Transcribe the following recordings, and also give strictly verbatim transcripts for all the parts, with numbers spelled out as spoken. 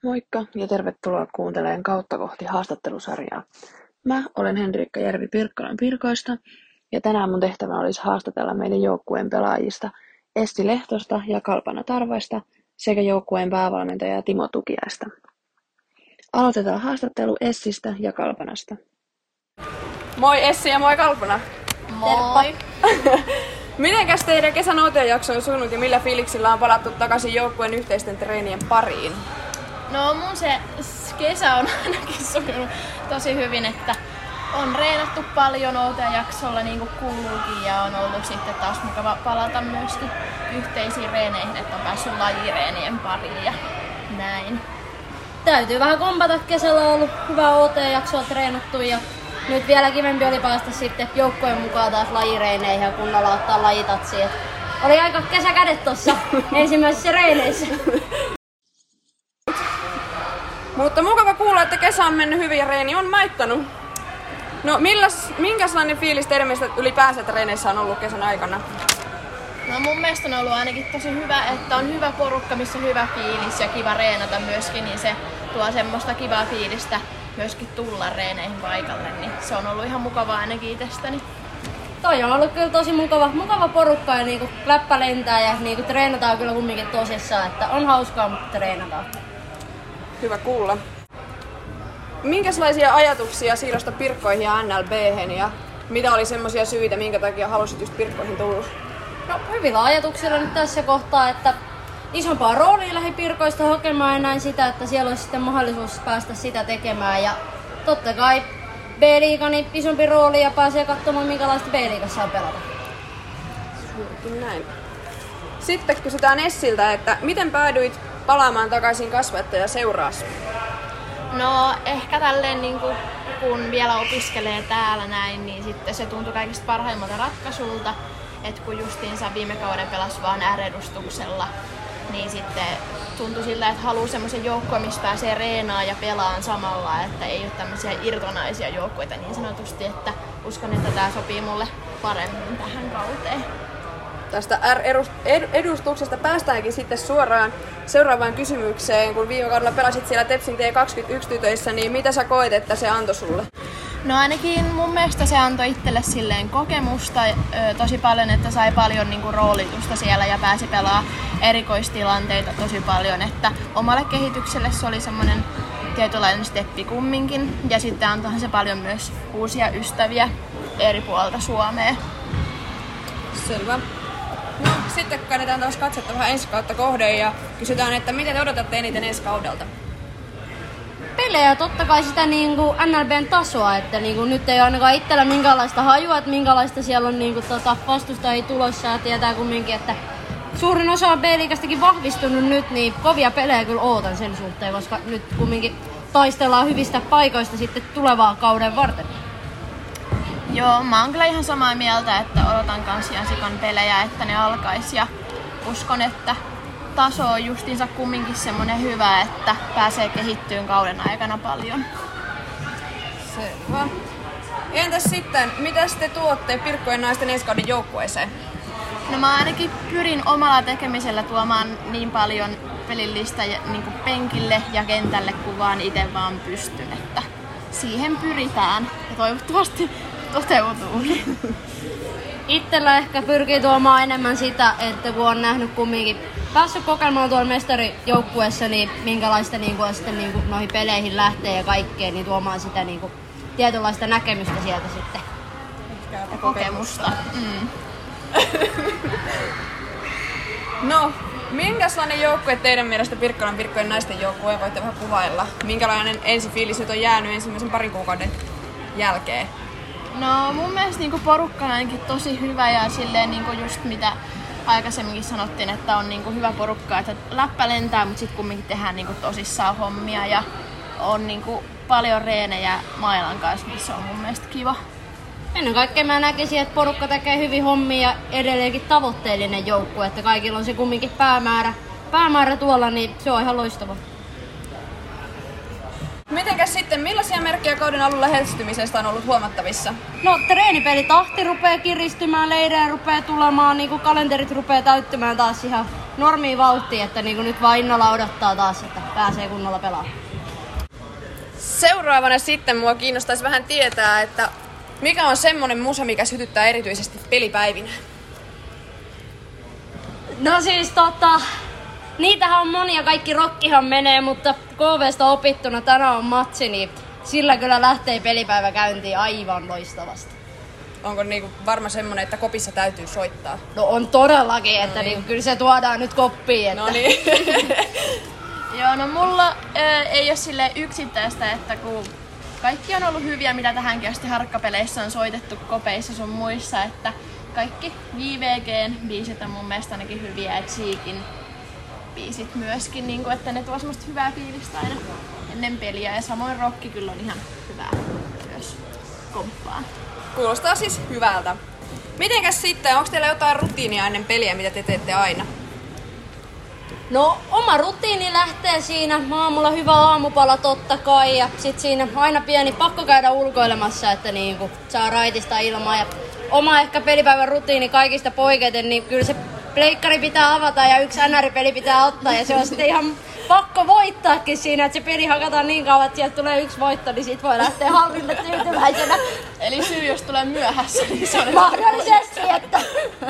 Moikka ja tervetuloa kuuntelemaan Kautta kohti haastattelusarjaa. Mä olen Henriikka Järvi Pirkkalan Pirkoista ja tänään mun tehtävä olisi haastatella meidän joukkueen pelaajista Essi Lehtosta ja Kalpana Tarvaista sekä joukkueen päävalmentaja Timo Tukiaista. Aloitetaan haastattelu Essistä ja Kalpanasta. Moi Essi ja moi Kalpana! Moi! Mitenkäs teidän kesän O T-jakso on sujunut ja millä fiiliksillä on palattu takaisin joukkueen yhteisten treenien pariin? No mun se kesä on ainakin sujunut tosi hyvin, että on reenattu paljon O T-jaksolla niin kuin kuuluukin ja on ollut sitten taas mukava palata myöskin yhteisiin reeneihin, että on päässyt lajireenien pariin ja näin. Täytyy vähän kompata, kesällä on ollut hyvää O T-jaksoa treenattu ja nyt vielä kivempi oli päästä sitten joukkojen mukaan taas lajireeneihin ja kunnolla ottaa lajitatsiin. Oli aika kesäkädet tossa ensimmäisissä reeneissä. Mutta mukava kuulla, että kesä on mennyt hyvin ja reeni on maittanut. No milläs, minkälainen fiilis teidän mielestä ylipäänsä treeneissä on ollut kesän aikana? No mun mielestä on ollut ainakin tosi hyvä, että on hyvä porukka, missä on hyvä fiilis ja kiva reenata myöskin, niin se tuo semmoista kivaa fiilistä myöskin tulla reeneihin paikalle, niin se on ollut ihan mukavaa ainakin itsestäni. Toi on ollut kyllä tosi mukava, mukava porukka ja niinku läppä lentää ja niinku treenataan kyllä kumminkin tosissaan, että on hauskaa, mutta treenataan. Hyvä kuulla. Minkälaisia ajatuksia siirrosta Pirkkoihin ja N L B:hen ja mitä oli semmoisia syitä, minkä takia halusit just Pirkkoihin tulla? No hyvillä ajatuksilla nyt tässä kohtaa, että isompaa roolia lähi Pirkoista hakemaan ja näin sitä, että siellä olisi sitten mahdollisuus päästä sitä tekemään. Ja totta kai B-liiga, niin isompi rooli ja pääsee katsomaan minkälaista B-liigassa saa pelata. Suurikin näin. Sitten kysytään Essiltä, että miten päädyit palaamaan takaisin kasvattajaseuraasi? No ehkä tälleen niin kuin, kun vielä opiskelee täällä näin, niin sitten se tuntui kaikista parhaimmalta ratkaisulta. Että kun justiinsa viime kauden pelasi vaan R-edustuksella, niin sitten tuntui sillä, että haluaa semmoisen joukkueen, missä pääsee reenaan ja pelaan samalla, että ei ole tämmöisiä irtonaisia joukkueita niin sanotusti, että uskon, että tämä sopii mulle paremmin tähän kauteen. Tästä R-edustuksesta päästäänkin sitten suoraan seuraavaan kysymykseen. Kun viime kaudella pelasit siellä Tepsin T kaksikymmentäyksi-tytöissä, niin mitä sä koet, että se antoi sulle? No ainakin mun mielestä se antoi itselle silleen kokemusta ö, tosi paljon, että sai paljon niinku roolitusta siellä ja pääsi pelaamaan erikoistilanteita tosi paljon. Että omalle kehitykselle se oli semmoinen tietynlainen steppi kumminkin. Ja sitten antoihan se paljon myös uusia ystäviä eri puolilta Suomea. Selvä. No sitten kannetaan taas katsetta vähän ensi kautta kohden ja kysytään, että mitä te odotatte eniten ensi kaudelta? Pelejä, totta kai sitä niinku N L B:n tasoa, että niinku nyt ei ole ainakaan itsellä minkäänlaista hajua, että minkälaista siellä on niinku tota vastustajia tulossa ja tietää kumminkin, että suurin osa on B-liigastakin vahvistunut nyt, niin kovia pelejä kyllä ootan sen suhteen, koska nyt kumminkin taistellaan hyvistä paikoista sitten tulevaa kauden varten. Joo, mä oon kyllä ihan samaa mieltä, että odotan kans ihan sikan pelejä, että ne alkais ja uskon, että taso on justiinsa kumminkin semmonen hyvä, että pääsee kehittyyn kauden aikana paljon. Selvä. Entäs sitten, mitä te tuotte Pirkkojen naisten ensi kauden joukkueeseen? No mä ainakin pyrin omalla tekemisellä tuomaan niin paljon pelillistä niin kuin penkille ja kentälle kuin vaan itse vaan pystyn, että siihen pyritään ja toivottavasti toteutuu. Itsellä ehkä pyrkii tuomaan enemmän sitä, että kun on nähnyt kumminkin päässyt kokeilemaan tuolla mestarijoukkueessa, niin minkälaista niin kuin, sitten, niin kuin, noihin peleihin lähtee ja kaikkeen, niin tuomaan sitä niin kuin, tietynlaista näkemystä sieltä sitten. Ja kokemusta. Mm. No, minkälainen joukkue teidän mielestä Pirkkalan Pirkkojen naisten joukkue voitte vähän kuvailla? Minkälainen ensifiilis nyt on jäänyt ensimmäisen parin kuukauden jälkeen? No mun mielestä niinku porukka on ainakin tosi hyvä ja silleen niinku just mitä aikaisemminkin sanottiin, että on niinku hyvä porukka, että läppä lentää, mutta sitten kumminkin tehdään niinku tosissaan hommia ja on niinku paljon reenejä Mailan kanssa, missä on mun mielestä kiva. Ennen kaikkea mä näkisin, että porukka tekee hyvin hommia ja edelleenkin tavoitteellinen joukkue, että kaikilla on se kumminkin päämäärä, päämäärä tuolla, niin se on ihan loistava. Mitenkäs sitten, millaisia merkkejä kauden alun lähestymisestä on ollut huomattavissa? No treenipelitahti rupeaa kiristymään, leirejä rupeaa tulemaan, niin kuin kalenterit rupeaa täyttymään taas ihan normia vauhtia, että niinku nyt vaan innolla odottaa taas, että pääsee kunnolla pelaamaan. Seuraavana sitten mua kiinnostaisi vähän tietää, että mikä on semmonen musa, mikä sytyttää erityisesti pelipäivinä? No siis tota, niitähän on monia, kaikki rockihan menee, mutta K V:stä opittuna tänään on matsi, niin sillä kyllä lähtee pelipäivä käyntiin aivan loistavasti. Onko niinku varma semmonen, että kopissa täytyy soittaa? No on todellakin, että no niin. Niinku, kyllä se tuodaan nyt koppiin. Että... No niin. Joo, no mulla ö, ei ole silleen yksittäistä, että kun kaikki on ollut hyviä, mitä tähänkin asti harkkapeleissä on soitettu kopeissa sun muissa, että kaikki J V G:n biisit on mun mielestä ainakin hyviä, et Siikin biisit myöskin, niin kun, että ne tuo semmoista hyvää fiilistä aina ennen peliä ja samoin rokki kyllä on ihan hyvää myös komppaan. Kuulostaa siis hyvältä. Mitenkäs sitten, onko teillä jotain rutiinia ennen peliä, mitä te teette aina? No oma rutiini lähtee siinä, aamulla hyvä aamupala totta kai ja sit siinä aina pieni pakko käydä ulkoilemassa, että niinku saa raitista ilmaa ja oma ehkä pelipäivän rutiini kaikista poiketen, niin kyllä se pleikkari pitää avata ja yksi N R-peli pitää ottaa ja se on sitten ihan pakko voittaakin siinä, että se peli hakataan niin kauan, että sieltä tulee yksi voitto, niin sit voi lähteä hallille tyytyväisenä. Eli syy, jos tulee myöhässä, niin se on mahdollisesti, että...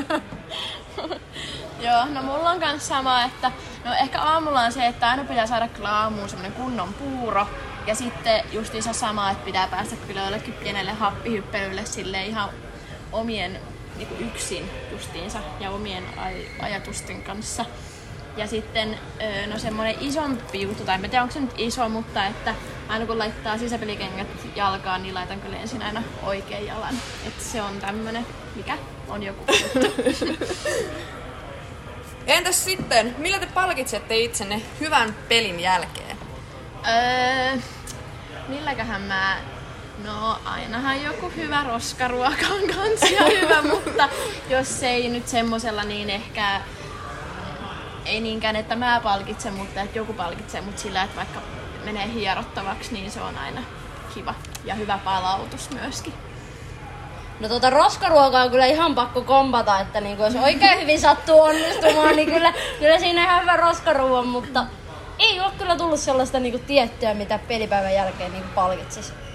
Joo, no mulla on kans sama, että no ehkä aamulla on se, että aina pitää saada kyllä aamuun semmonen kunnon puuro. Ja sitten justiinsa sama, että pitää päästä kyllä jollekin pienelle happihyppelylle silleen ihan omien niinku yksin justiinsa ja omien aj- ajatusten kanssa. Ja sitten no semmonen isompi juttu, tai en tiedä onko se nyt iso, mutta että aina kun laittaa sisäpelikengät jalkaan, niin laitan kyllä ensin aina oikean jalan. Että se on tämmönen, mikä on joku juttu. Entäs sitten, millä te palkitsette itsenne hyvän pelin jälkeen? Öö, milläköhän mä... No ainahan joku hyvä roskaruoka on kans ihan hyvä, mutta jos ei nyt semmosella, niin ehkä ei niinkään, että mä palkitsen, mutta että joku palkitsee mut sillä, että vaikka menee hierottavaksi, niin se on aina kiva ja hyvä palautus myöskin. No tota roskaruokaa on kyllä ihan pakko kompata, että niinku jos oikein hyvin sattuu onnistumaan, niin kyllä, kyllä siinä ihan hyvä roskaruoan, mutta ei ole kyllä tullut sellaista niinku tiettyä, mitä pelipäivän jälkeen niinku palkitsisi.